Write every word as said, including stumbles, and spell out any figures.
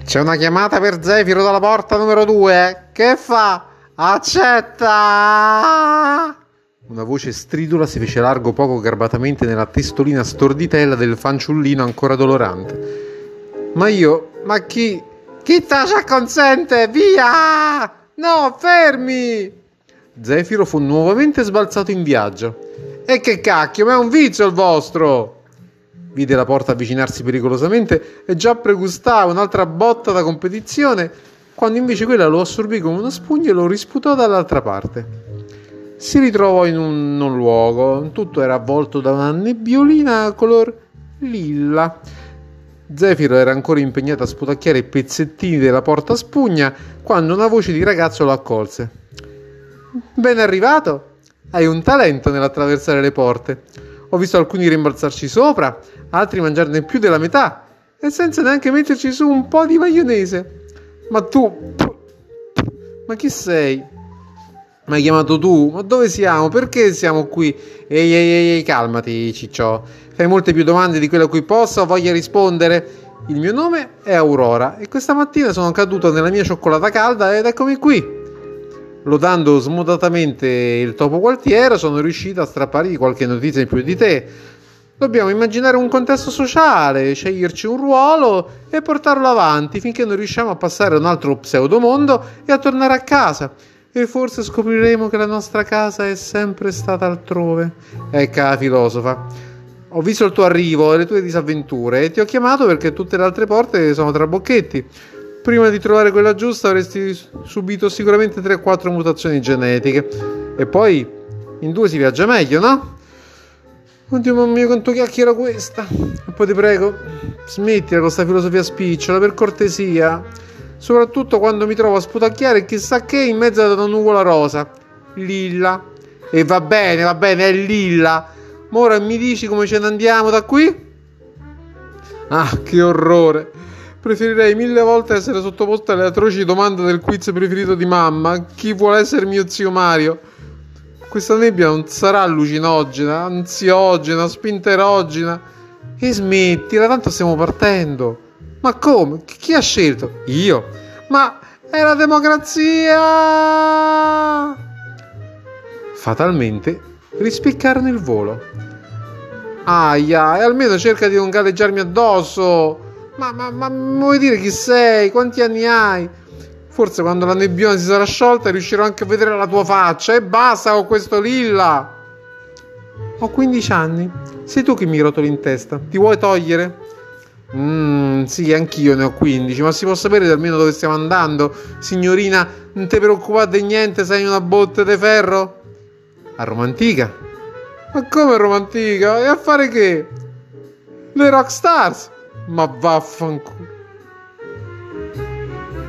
C'è una chiamata per Zefiro dalla porta numero due. Che fa? Accetta! Una voce stridula si fece largo poco garbatamente nella testolina storditella del fanciullino ancora dolorante. Ma io? Ma chi? Chi ci consente? Via! No, fermi! Zefiro fu nuovamente sbalzato in viaggio. E che cacchio, ma è un vizio il vostro! Vide la porta avvicinarsi pericolosamente e già pregustava un'altra botta da competizione, quando invece quella lo assorbì come uno spugno e lo risputò dall'altra parte. Si ritrovò in un non luogo, tutto era avvolto da una nebbiolina color lilla. Zefiro era ancora impegnato a sputacchiare i pezzettini della porta spugna quando una voce di ragazzo lo accolse. Ben arrivato! Hai un talento nell'attraversare le porte. Ho visto alcuni rimbalzarci sopra, altri mangiarne più della metà e senza neanche metterci su un po' di maionese. Ma tu... Ma chi sei? Mi hai chiamato tu? Ma dove siamo? Perché siamo qui? Ehi, ehi, ehi, ehi, calmati, ciccio. Fai molte più domande di quelle a cui possa o voglia rispondere. Il mio nome è Aurora e questa mattina sono caduto nella mia cioccolata calda ed eccomi qui. Lodando smodatamente il topo gualtiero, sono riuscito a strappargli qualche notizia in più di te. Dobbiamo immaginare un contesto sociale, sceglierci un ruolo e portarlo avanti finché non riusciamo a passare a un altro pseudomondo e a tornare a casa. E forse scopriremo che la nostra casa è sempre stata altrove. Ecca, filosofa. Ho visto il tuo arrivo e le tue disavventure e ti ho chiamato perché tutte le altre porte sono trabocchetti. Prima di trovare quella giusta avresti subito sicuramente tre o quattro mutazioni genetiche. E poi in due si viaggia meglio, no? Oddio mamma mia, quanto chiacchiera questa. E poi ti prego, smettila con questa filosofia spicciola, per cortesia. Soprattutto quando mi trovo a sputacchiare chissà che in mezzo ad una nuvola rosa. Lilla. E va bene, va bene, è lilla. Ma ora mi dici come ce ne andiamo da qui? Ah, che orrore. Preferirei mille volte essere sottoposto alle atroci domande del quiz preferito di mamma. Chi vuole essere mio zio Mario? Questa nebbia non sarà allucinogena, ansiogena, spinterogena. E smettila, tanto stiamo partendo. Ma come? Chi ha scelto? Io? Ma è la democrazia! Fatalmente rispiccarono il volo. Aia, e almeno cerca di non galleggiarmi addosso. Ma, ma, ma vuoi dire chi sei? Quanti anni hai? Forse quando la nebbiona si sarà sciolta riuscirò anche a vedere la tua faccia. E basta con questo lilla. Ho quindici anni. Sei tu che mi rotoli in testa. Ti vuoi togliere? Mmm, sì, anch'io ne ho quindici. Ma si può sapere almeno dove stiamo andando? Signorina, non ti preoccupate di niente, sei una botte di ferro? A Romantica? Ma come Romantica? E a fare che? Le rockstars? Ma vaffanculo.